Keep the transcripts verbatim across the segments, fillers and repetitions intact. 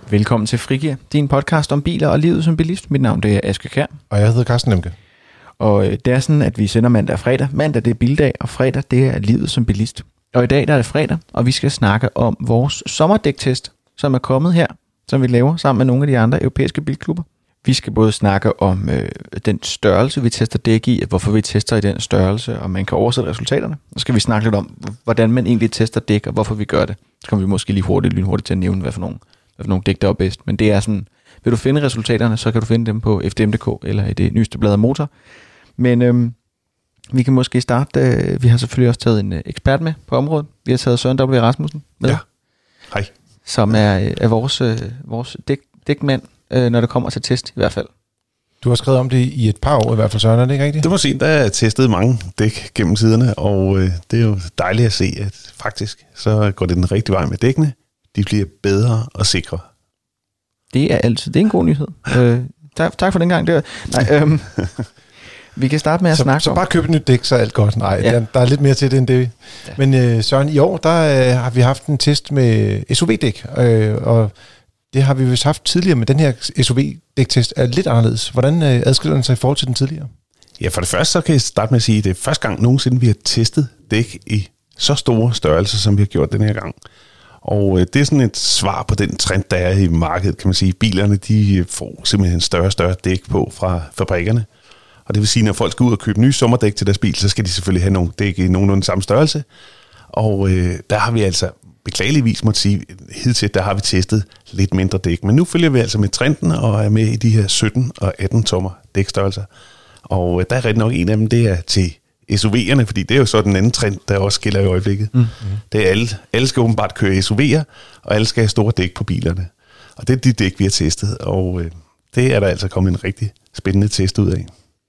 Velkommen til Frigir, din podcast om biler og livet som bilist. Mit navn det er Aske Kjær. Og jeg hedder Carsten Lemke. Og det er sådan, at vi sender mandag og fredag. Mandag det er bildag, og fredag det er livet som bilist. Og i dag der er det fredag, og vi skal snakke om vores sommerdæktest, som er kommet her, som vi laver sammen med nogle af de andre europæiske bilklubber. Vi skal både snakke om øh, den størrelse, vi tester dæk i, hvorfor vi tester i den størrelse, og man kan oversætte resultaterne. Så skal vi snakke lidt om, hvordan man egentlig tester dæk, og hvorfor vi gør det. Så kommer vi måske lige hurtigt, lynhurtigt til at nævne, hvad for nogle, hvad for nogle dæk, der er bedst. Men det er sådan, vil du finde resultaterne, så kan du finde dem på F D M punktum d k eller i det nyeste blad af Motor. Men øhm, vi kan måske starte, øh, vi har selvfølgelig også taget en øh, ekspert med på området. Vi har taget Søren W. Rasmussen med. Ja, hej. Som er, øh, er vores, øh, vores dæk, dækmand, øh, når det kommer til test i hvert fald. Du har skrevet om det i et par år i hvert fald, Søren, er det ikke rigtigt? Det må sige, der er testet mange dæk gennem tiderne, og øh, det er jo dejligt at se, at faktisk så går det den rigtige vej med dækkene. De bliver bedre og sikre. Det er altid, det er en god nyhed. øh, tak, tak for den gang. Det var, nej, øhm, vi kan starte med at så, snakke så om. bare køb et nyt dæk, så er alt godt. Nej, ja. der, der er lidt mere til det end det. Ja. Men øh, Søren, i år der øh, har vi haft en test med S U V-dæk, øh, og det har vi vist haft tidligere, men den her S U V-dæktest er lidt anderledes. Hvordan øh, adskiller den sig i forhold til den tidligere? Ja, for det første så kan jeg starte med at sige, at det er første gang nogensinde, vi har testet dæk i så store størrelser, som vi har gjort den her gang. Og øh, det er sådan et svar på den trend, der er i markedet, kan man sige. Bilerne, de får simpelthen større og større dæk på fra fabrikkerne. Og det vil sige, når folk skal ud og købe nye sommerdæk til deres bil, så skal de selvfølgelig have nogle dæk i nogenlunde samme størrelse. Og øh, der har vi altså beklageligvis måtte sige, hidtil der har vi testet lidt mindre dæk. Men nu følger vi altså med trenden og er med i de her sytten og atten tommer dækstørrelser. Og øh, der er rigtig nok en af dem, det er til S U V'erne, fordi det er jo så den anden trend, der også gælder i øjeblikket. Mm. Det er alle, alle skal åbenbart køre S U V'er, og alle skal have store dæk på bilerne. Og det er de dæk, vi har testet, og øh, det er der altså kommet en rigtig spændende test ud af.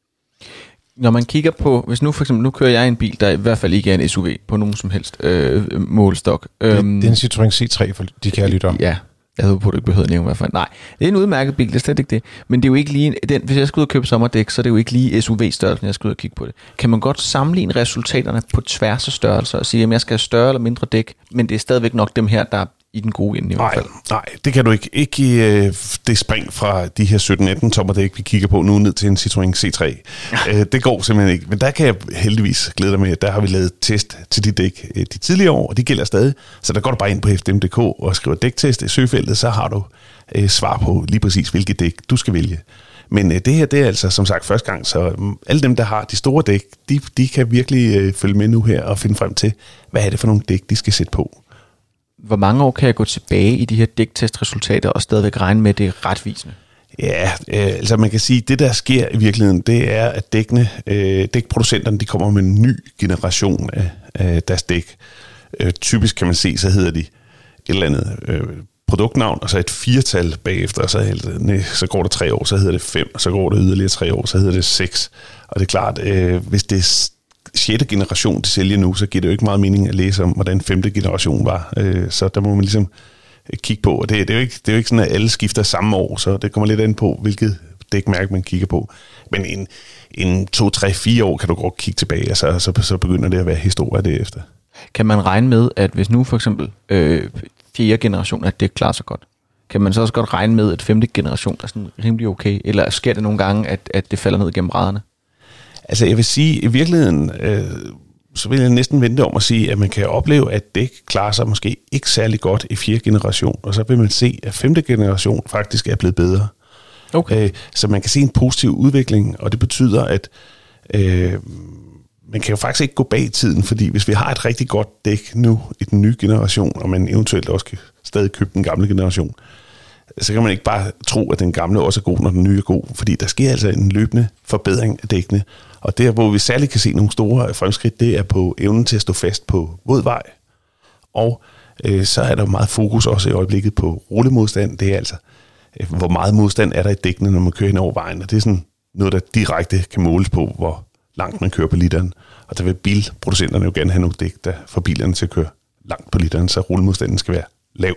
Når man kigger på, hvis nu for eksempel, nu kører jeg en bil, der i hvert fald ikke er en S U V på nogen som helst øh, målestok. Det, øhm, det er en Citroën C tre for de kære lyttere. Ja, jeg havde på, at du ikke behøvede at nævne i hvert fald. Nej, det er en udmærket bil, det er slet ikke det. Men det er jo ikke lige, den, hvis jeg skal ud og købe sommerdæk, så er det jo ikke lige S U V-størrelsen, jeg skal ud og kigge på det. Kan man godt sammenligne resultaterne på tværs af størrelser og sige, at jeg skal have større eller mindre dæk, men det er stadigvæk nok dem her, der er i den gode ende i hvert fald? Nej, det kan du ikke. Ikke i øh, det spring fra de her sytten atten tommer dæk, vi kigger på nu, ned til en Citroën C tre. Ja. Øh, det går simpelthen ikke. Men der kan jeg heldigvis glæde dig med, at der har vi lavet test til de dæk øh, de tidligere år, og de gælder stadig. Så der går du bare ind på F D M punktum d k og skriver dæktest i søgefeltet, så har du øh, svar på lige præcis, hvilke dæk du skal vælge. Men øh, det her, det er altså som sagt første gang, så um, alle dem, der har de store dæk, de, de kan virkelig øh, følge med nu her og finde frem til, hvad er det for nogle dæk, de skal sætte på. Hvor mange år kan jeg gå tilbage i de her dæktestresultater og stadigvæk regne med, det er retvisende? Ja, øh, altså man kan sige, at det der sker i virkeligheden, det er, at dækkene, øh, dækproducenterne, de kommer med en ny generation af, af deres dæk. Øh, typisk kan man se, så hedder de et eller andet øh, produktnavn, og så et firetal bagefter, og så, nej, så går der tre år, så hedder det fem, og så går det yderligere tre år, så hedder det seks. Og det er klart, øh, hvis det er sjette generation til sælger nu, så giver det jo ikke meget mening at læse om, hvordan femte generation var. Så der må man ligesom kigge på. Og det, det, er jo ikke, det er jo ikke sådan, at alle skifter samme år, så det kommer lidt an på, hvilket dækmærke man kigger på. Men en, en to, tre, fire år kan du godt kigge tilbage, og så, så, så begynder det at være historie derefter. Kan man regne med, at hvis nu for eksempel øh, fjerde generation, at det klarer sig godt, kan man så også godt regne med, at femte generation er sådan rimelig okay? Eller sker det nogle gange, at, at det falder ned gennem brædderne? Altså jeg vil sige, i virkeligheden, øh, så vil jeg næsten vente om at sige, at man kan opleve, at dæk klarer sig måske ikke særlig godt i fjerde generation, og så vil man se, at femte generation faktisk er blevet bedre. Okay. Øh, så man kan se en positiv udvikling, og det betyder, at øh, man kan jo faktisk ikke gå bag i tiden, fordi hvis vi har et rigtig godt dæk nu i den nye generation, og man eventuelt også kan stadig købe den gamle generation, så kan man ikke bare tro, at den gamle også er god, når den nye er god, fordi der sker altså en løbende forbedring af dækkene. Og der, hvor vi særligt kan se nogle store fremskridt, det er på evnen til at stå fast på våd vej. Og øh, så er der meget fokus også i øjeblikket på rullemodstand. Det er altså, øh, hvor meget modstand er der i dækkene, når man kører ind over vejen. Og det er sådan noget, der direkte kan måles på, hvor langt man kører på literen. Og der vil bilproducenterne jo gerne have nogle dæk, der får bilerne til at køre langt på literen, så rullemodstanden skal være lav.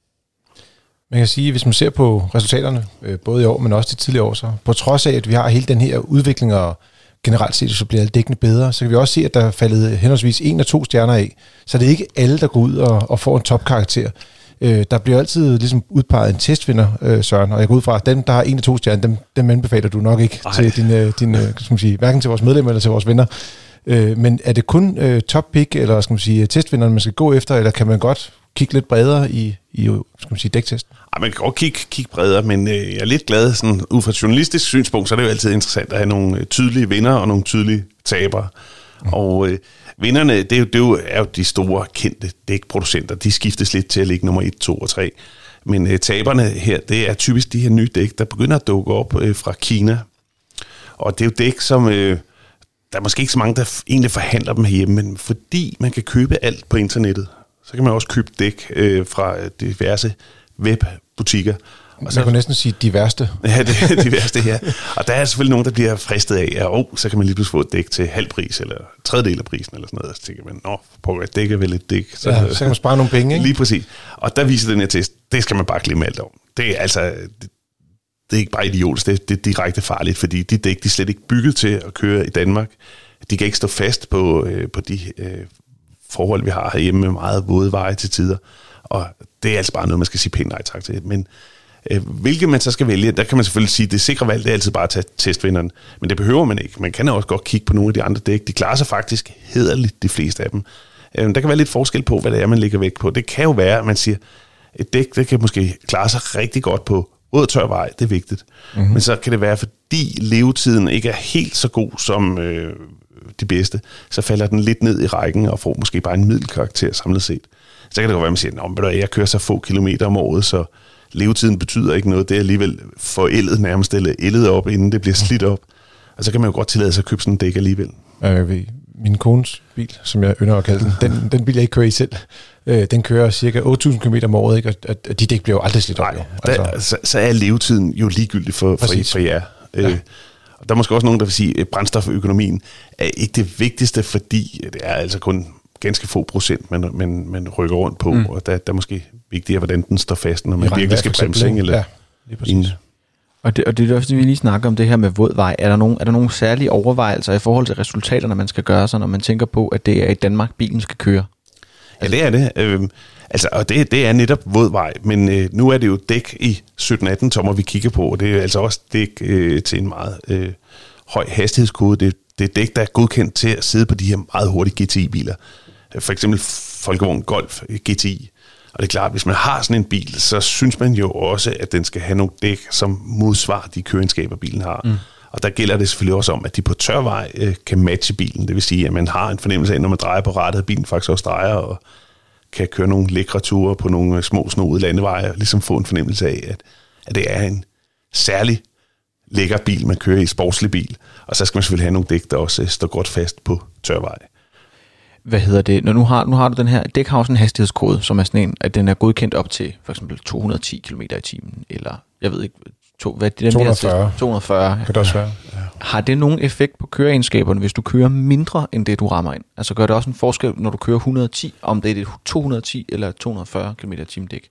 Man kan sige, hvis man ser på resultaterne, både i år, men også de tidligere år, så på trods af, at vi har hele den her udvikling, og generelt set, så bliver alle dækkene bedre, så kan vi også se, at der er faldet henholdsvis en og to stjerner af. Så det er ikke alle, der går ud og, og får en topkarakter. Øh, der bliver altid ligesom udpeget en testvinder, øh, Søren, og jeg går ud fra, at dem, der har en og to stjerner, dem, dem anbefaler du nok ikke Ej. til dine, dine, skal man sige, hverken til vores medlemmer eller til vores venner. Øh, men er det kun øh, top pick, eller skal man sige, testvinderne, man skal gå efter, eller kan man godt kigge lidt bredere i, i skal man sige, dæktest? Ja, man kan godt kigge, kigge bredere, men øh, jeg er lidt glad, sådan ud fra et journalistisk synspunkt, så er det jo altid interessant at have nogle tydelige vinder og nogle tydelige tabere. Mm. Og øh, vinderne, det er, jo, det er, jo, er jo de store kendte dækproducenter. De skiftes lidt til at ligge nummer et, to og tre. Men øh, taberne her, det er typisk de her nye dæk, der begynder at dukke op øh, fra Kina. Og det er jo dæk, som øh, der er måske ikke så mange, der egentlig forhandler dem herhjemme, men fordi man kan købe alt på internettet, så kan man også købe dæk øh, fra diverse webbutikker. Og så kan man næsten sige de værste. Ja, det er de værste her. Og der er selvfølgelig nogen, der bliver fristet af, at oh, så kan man lige pludselig få et dæk til halv pris, eller tredjedel af prisen, eller sådan noget. Så tænker man, nå, på et dæk er vel et dæk. Så, ja, så kan man spare nogle penge, ikke? Lige præcis. Og der viser den her test, det skal man bare glemme alt om. Det er altså, det, det er ikke bare idiotisk, det, det er direkte farligt, fordi de dæk, de er slet ikke bygget til at køre i Danmark. De kan ikke stå fast på, øh, på de øh, forhold, vi har herhjemme med meget våde veje til tider. Og det er altså bare noget, man skal sige pænt nej tak til. Men øh, hvilket man så skal vælge, der kan man selvfølgelig sige, at det sikre valg, det er altid bare at tage testvinderen. Men det behøver man ikke. Man kan også godt kigge på nogle af de andre dæk. De klarer sig faktisk hæderligt, de fleste af dem. Øh, der kan være lidt forskel på, hvad det er, man lægger vægt på. Det kan jo være, at man siger, et dæk, det kan måske klare sig rigtig godt på våd og tør vej, det er vigtigt. Mm-hmm. Men så kan det være, fordi levetiden ikke er helt så god som øh, de bedste, så falder den lidt ned i rækken og får måske bare en middelkarakter samlet set. Så kan det godt være, at man siger, at jeg kører så få kilometer om året, så levetiden betyder ikke noget. Det er alligevel forældet nærmest, eller ældet op, inden det bliver slidt op. Og så kan man jo godt tillade sig at købe sådan en dæk alligevel. Øh, min kones bil, som jeg ynder at kalde den, den, den bil, jeg ikke kører i selv, øh, den kører cirka otte tusind kilometer om året, ikke? Og, og de dæk bliver jo aldrig slidt op. Nej, altså. der, så, så er levetiden jo ligegyldig for, for, for jer. Ja. Øh, og der er måske også nogen, der vil sige, at brændstoføkonomien er ikke det vigtigste, fordi det er altså kun ganske få procent, man, man, man rykker rundt på, mm. og der, der er måske vigtigere, hvordan den står fast, når man virkelig skal bremse, eller... Ja, lige præcis. Og det, og det er også, vi lige snakker om det her med våd vej. Er der nogle, er der nogle særlige overvejelser i forhold til resultaterne, man skal gøre sig, når man tænker på, at det er i Danmark, bilen skal køre? Ja, det er det. Øhm, altså, og det, det er netop våd vej, men øh, nu er det jo dæk i sytten atten tommer, vi kigger på, og det er altså også dæk øh, til en meget øh, høj hastighedskode. Det, det er dæk, der er godkendt til at sidde på de her meget hurtige G T I-biler. For eksempel Folkevogn Golf G T I. Og det er klart, at hvis man har sådan en bil, så synes man jo også, at den skal have nogle dæk, som modsvarer de køreegenskaber, bilen har. Mm. Og der gælder det selvfølgelig også om, at de på tør vej øh, kan matche bilen. Det vil sige, at man har en fornemmelse af, når man drejer på rattet, at bilen faktisk også drejer, og kan køre nogle lækre ture på nogle små, snoede landeveje, og ligesom få en fornemmelse af, at, at det er en særlig lækker bil, man kører i, sportslig bil. Og så skal man selvfølgelig have nogle dæk, der også står godt fast på tør vej. Hvad hedder det? Når nu har, nu har du den her dæk har også en hastighedskode, som er sådan en, at den er godkendt op til for eksempel to hundrede og ti kilometer i timen, eller jeg ved ikke, to, hvad er det, den to hundrede og fyrre. to hundrede og fyrre. Kan det også være. Ja. Har det nogen effekt på køreegenskaberne, hvis du kører mindre end det, du rammer ind? Altså gør det også en forskel, når du kører et hundrede og ti, om det er det to hundrede og ti eller to hundrede og fyrre kilometer i timen dæk?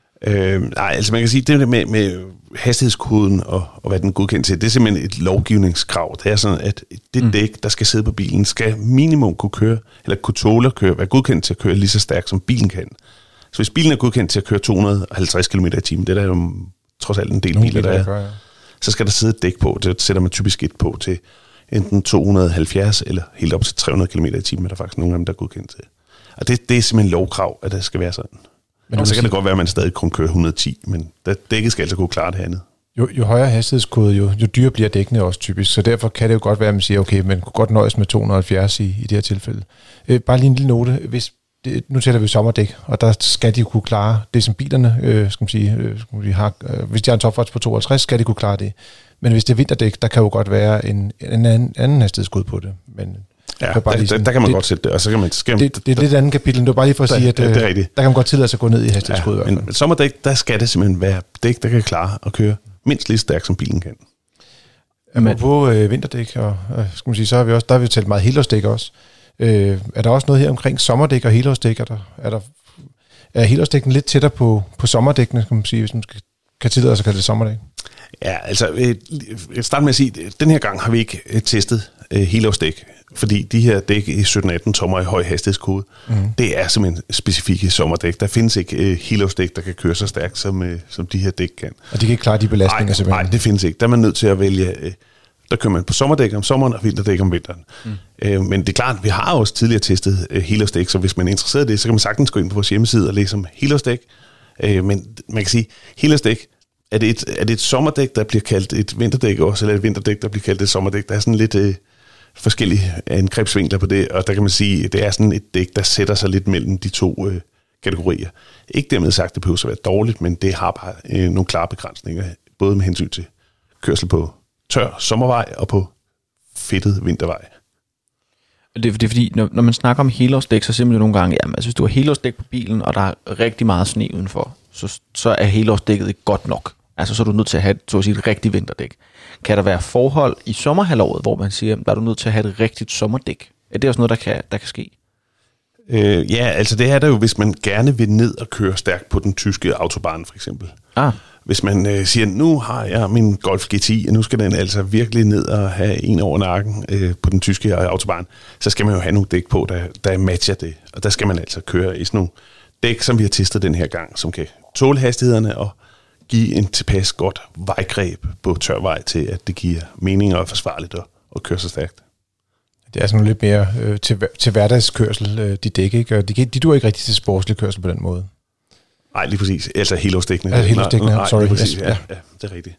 Øh, nej, altså man kan sige, det med, med hastighedskoden og, og hvad den er godkendt til, det er simpelthen et lovgivningskrav. Det er sådan, at det mm. dæk, der skal sidde på bilen, skal minimum kunne køre, eller kunne tåle at køre, være godkendt til at køre lige så stærkt, som bilen kan. Så hvis bilen er godkendt til at køre to hundrede og halvtreds kilometer i timen, det er der jo trods alt en del Nogle biler, der er, gør, ja. Så skal der sidde et dæk på. Det sætter man typisk et på til enten to hundrede og halvfjerds eller helt op til tre hundrede kilometer i timen, er der faktisk nogle af dem, der er godkendt til. Og det, det er simpelthen lovkrav, at det skal være sådan. Men og så kan sige, det godt være, at man stadig kun kører et hundrede og ti, men dækket skal altså kunne klare det andet. Jo, jo højere hastighedskode, jo, jo dyrere bliver dækkene også typisk, så derfor kan det jo godt være, at man siger, okay, man kunne godt nøjes med to hundrede og halvfjerds i, i det her tilfælde. Øh, bare lige en lille note, hvis det, nu tæller vi sommerdæk, og der skal de jo kunne klare det, som bilerne øh, skal man sige, øh, skal man sige har. Øh, hvis de har en topfart på tooghalvtreds, skal de kunne klare det. Men hvis det er vinterdæk, der kan jo godt være en, en anden, anden hastighedskode på det. Men ja, der, der, der kan man det, godt sætte det, og så kan man... Skal, det, det, det er lidt andet kapitel, det var bare lige for at der, sige, at det, det er der kan man godt tillade sig at gå ned i hastighedskode. Ja, men sommerdæk, der skal det simpelthen være dæk, der kan klare at køre mindst lige stærkt, som bilen kan. Men på øh, vinterdæk, og øh, skal man sige, så har vi også, der har vi talt meget helårsdæk også. Øh, er der også noget her omkring sommerdæk og helårsdæk? Er der, er der er helårsdækken lidt tættere på, på sommerdækkene, kan man sige, hvis man skal, kan tillade sig at kalde det sommerdæk? Ja, altså, jeg starter med at sige, at den her gang har vi ikke testet øh, helårsdæk, Fordi de her dæk i sytten atten tommer i høj hastighedskode, mm. det er simpelthen specifikke sommerdæk. Der findes ikke uh, helårsdæk, der kan køre så stærkt, som, uh, som de her dæk kan. Og de kan ikke klare de belastninger nej, simpelthen? Nej, det findes ikke. Der er man nødt til at vælge... Uh, der kører man på sommerdæk om sommeren og vinterdæk om vinteren. Mm. Uh, men det er klart, vi har også tidligere testet uh, helårsdæk, så hvis man er interesseret i det, så kan man sagtens gå ind på vores hjemmeside og læse om helårsdæk. Uh, men man kan sige, helårsdæk, er det, et, er det et sommerdæk, der bliver kaldt et vinterdæk også, eller et vinterdæk, der bliver kaldt et sommerdæk? Der er sådan lidt... Uh, forskellige angrebsvinkler på det, og der kan man sige, at det er sådan et dæk, der sætter sig lidt mellem de to øh, kategorier. Ikke dermed sagt, at det behøver at være dårligt, men det har bare øh, nogle klare begrænsninger, både med hensyn til kørsel på tør sommervej og på fedtet vintervej. Det er, det er fordi, når, når man snakker om helårsdæk, så simpelthen nogle gange, jamen, altså, hvis du har helårsdæk på bilen, og der er rigtig meget sne udenfor, så, så er helårsdækket ikke godt nok. Altså, så er du nødt til at have så at sige, et rigtigt vinterdæk. Kan der være forhold i sommerhalvåret, hvor man siger, der er du nødt til at have et rigtigt sommerdæk? Er det også noget, der kan, der kan ske? Øh, ja, altså det er der jo, hvis man gerne vil ned og køre stærkt på den tyske autobahn, for eksempel. Ah. Hvis man øh, siger, nu har jeg min Golf G ti, og nu skal den altså virkelig ned og have en over nakken øh, på den tyske autobahn, så skal man jo have nogle dæk på, der, der matcher det. Og der skal man altså køre i sådan nogle dæk, som vi har testet den her gang, som kan tåle hastighederne og give en tilpas godt vejgreb på tør vej til, at det giver mening og er forsvarligt at, at køre så stærkt. Det er sådan lidt mere øh, til, til hverdagskørsel, øh, de dæk, ikke? Og de, de duer ikke rigtig til sportslig kørsel på den måde. Nej, lige præcis. Altså helårsdækkene. Altså helårsdækkene, sorry. Præcis. Yes, ja, ja. ja, det er rigtigt.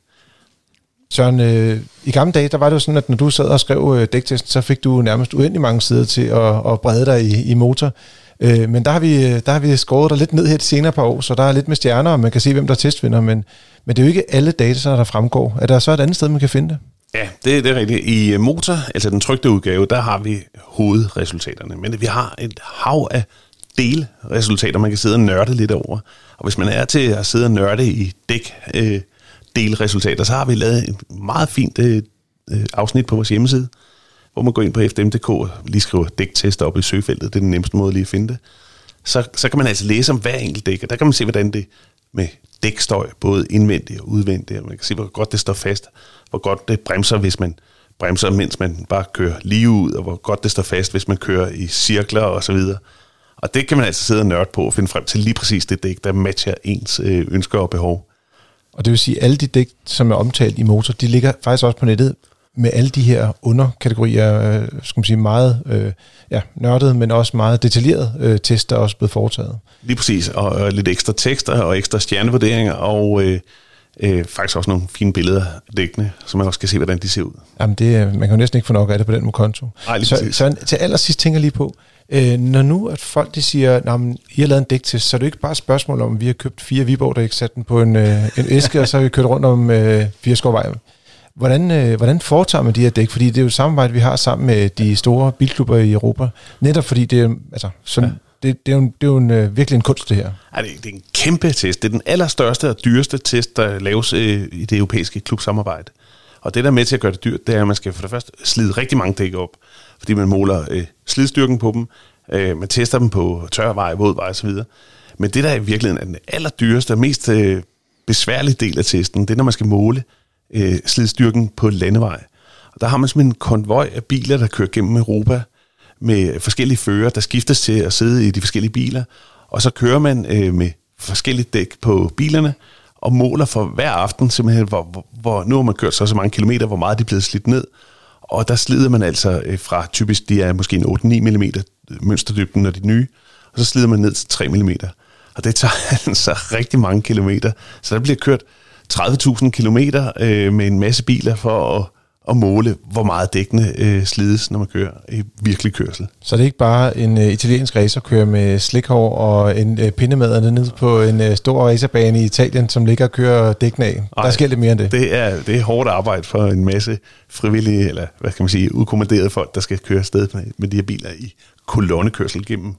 Søren, øh, i gamle dage, der var det jo sådan, at når du sad og skrev øh, dæktesten, så fik du nærmest uendelig mange sider til at, at brede dig i, i motor. Øh, men der har, vi, der har vi skåret dig lidt ned her de senere par år, så der er lidt med stjerner, og man kan se, hvem der er testvinder. Men, men det er jo ikke alle data, der fremgår. Er der så et andet sted, man kan finde det? Ja, det, det er rigtigt. I Motor, altså den trykte udgave, der har vi hovedresultaterne. Men vi har et hav af delresultater, man kan sidde og nørde lidt over. Og hvis man er til at sidde og nørde i dæk øh, delresultater, så har vi lavet et meget fint øh, afsnit på vores hjemmeside, hvor man går ind på F D M punktum D K og lige skriver dæktester op i søgefeltet. Det er den nemmeste måde lige at finde det. Så, så kan man altså læse om hver enkelt dæk, og der kan man se, hvordan det med dækstøj, både indvendigt og udvendigt, og man kan se, hvor godt det står fast, hvor godt det bremser, hvis man bremser, mens man bare kører lige ud, og hvor godt det står fast, hvis man kører i cirkler og så videre. Og det kan man altså sidde og nørde på og finde frem til lige præcis det dæk, der matcher ens øh, ønsker og behov. Og det vil sige, at alle de dæk, som er omtalt i Motor, de ligger faktisk også på nettet med alle de her underkategorier, øh, skal man sige, meget øh, ja, nørdet, men også meget detaljeret øh, test, der er også blevet foretaget. Lige præcis, og, og lidt ekstra tekster og ekstra stjernevurderinger, og øh, øh, faktisk også nogle fine billeder af dækkene, så man også kan se, hvordan de ser ud. Jamen, det, man kan jo næsten ikke få nok af det på den konto. Ej, så, så til allersidst tænker jeg lige på, øh, når nu at folk de siger, at I har lavet en dæktest, så er det ikke bare et spørgsmål om, at vi har købt fire Viborg, der ikke sat den på en, øh, en æske, og så har vi kørt rundt om øh, fire skovvej. Hvordan, øh, hvordan foretager man de her dæk? Fordi det er jo et samarbejde, vi har sammen med de store bilklubber i Europa. Netop fordi det er, altså, sådan, ja. det, det er jo, det er jo en, øh, virkelig en kunst, det her. Ja, det, det er en kæmpe test. Det er den allerstørste og dyreste test, der laves øh, i det europæiske klubsamarbejde. Og det, der er med til at gøre det dyrt, det er, at man skal for det første slide rigtig mange dæk op. Fordi man måler øh, slidstyrken på dem. Øh, man tester dem på tør vej, våd vej osv. Men det, der i virkeligheden er den allerdyreste og mest øh, besværlige del af testen, det er, når man skal måle Øh, slidstyrken på landevej. Og der har man simpelthen en konvoj af biler, der kører gennem Europa med forskellige fører, der skiftes til at sidde i de forskellige biler, og så kører man øh, med forskellige dæk på bilerne og måler for hver aften simpelthen, hvor, hvor, hvor nu har man kørt så så mange kilometer, hvor meget de er blevet slidt ned, og der slider man altså øh, fra typisk, de er måske en otte ni millimeter mønsterdybden, når de er nye, og så slider man ned til tre millimeter. Og det tager altså rigtig mange kilometer, så der bliver kørt tredive tusind kilometer øh, med en masse biler for at, at måle, hvor meget dækkene øh, slides, når man kører i virkelig kørsel. Så det er ikke bare en øh, italiensk racer kører med slikhår og en øh, pindemad nede på en øh, stor racerbane i Italien, som ligger og kører dækkene af. Ej, der sker lidt mere end det. Det er, det er hårdt arbejde for en masse frivillige, eller hvad kan man sige, udkommanderede folk, der skal køre afsted med, med de her biler i kolonnekørsel gennem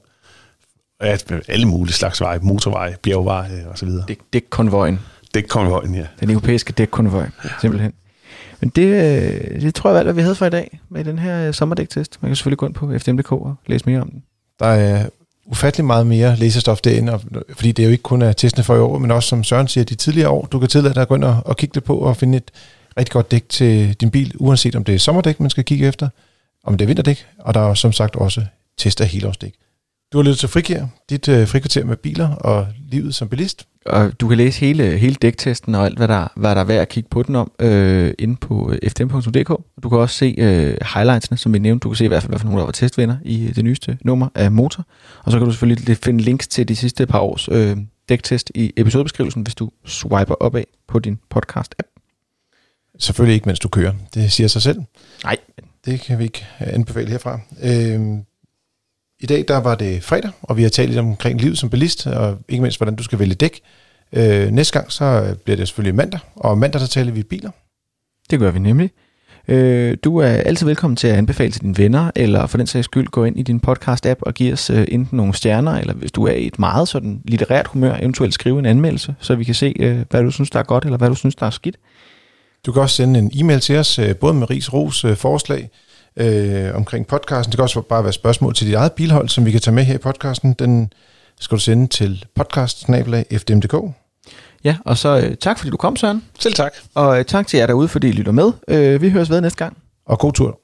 at, alle mulige slags veje, motorveje, bjergveje osv. Det, det er konvojen. Dækkonvojen, ja. Den europæiske dækkonvoj, simpelthen. Men det, det tror jeg var, hvad vi havde for i dag med den her sommerdæktest. Man kan selvfølgelig gå ind på F D M punktum D K og læse mere om den. Der er ufattelig meget mere læsestof derinde, fordi det er jo ikke kun er testene for i år, men også, som Søren siger, de tidligere år. Du kan tillade dig at gå ind og kigge det på og finde et rigtig godt dæk til din bil, uanset om det er sommerdæk, man skal kigge efter, om det er vinterdæk, og der er som sagt også test af helårsdæk. Du har lyttet til Frikvarter, dit øh, frikvarter med biler og livet som bilist. Og du kan læse hele, hele dæktesten og alt, hvad der, hvad der er værd at kigge på den om, øh, inde på f d m punktum d k. Du kan også se øh, highlightsene, som vi nævnte. Du kan se i hvert fald, hvad for nogle der var testvinder i det nyeste nummer af Motor. Og så kan du selvfølgelig finde links til de sidste par års øh, dæktest i episodebeskrivelsen, hvis du swiper opad på din podcast-app. Selvfølgelig ikke, mens du kører. Det siger sig selv. Nej. Det kan vi ikke anbefale herfra. Øh, I dag der var det fredag, og vi har talt lidt omkring livet som bilist, og ikke mindst, hvordan du skal vælge dæk. Øh, næste gang, så bliver det selvfølgelig mandag, og mandag, der taler vi biler. Det gør vi nemlig. Øh, du er altid velkommen til at anbefale til dine venner, eller for den sags skyld gå ind i din podcast-app og give os øh, enten nogle stjerner, eller hvis du er i et meget sådan litterært humør, eventuelt skrive en anmeldelse, så vi kan se, øh, hvad du synes, der er godt, eller hvad du synes, der er skidt. Du kan også sende en e-mail til os, øh, både med ris, ros, øh, forslag, Øh, omkring podcasten. Det kan også bare være spørgsmål til dit eget bilhold, som vi kan tage med her i podcasten. Den skal du sende til podcast bindestreg f d m punktum d k. Ja, og så øh, tak fordi du kom, Søren. Selv tak. Og øh, tak til jer derude, fordi I lytter med. Øh, vi høres ved næste gang. Og god tur.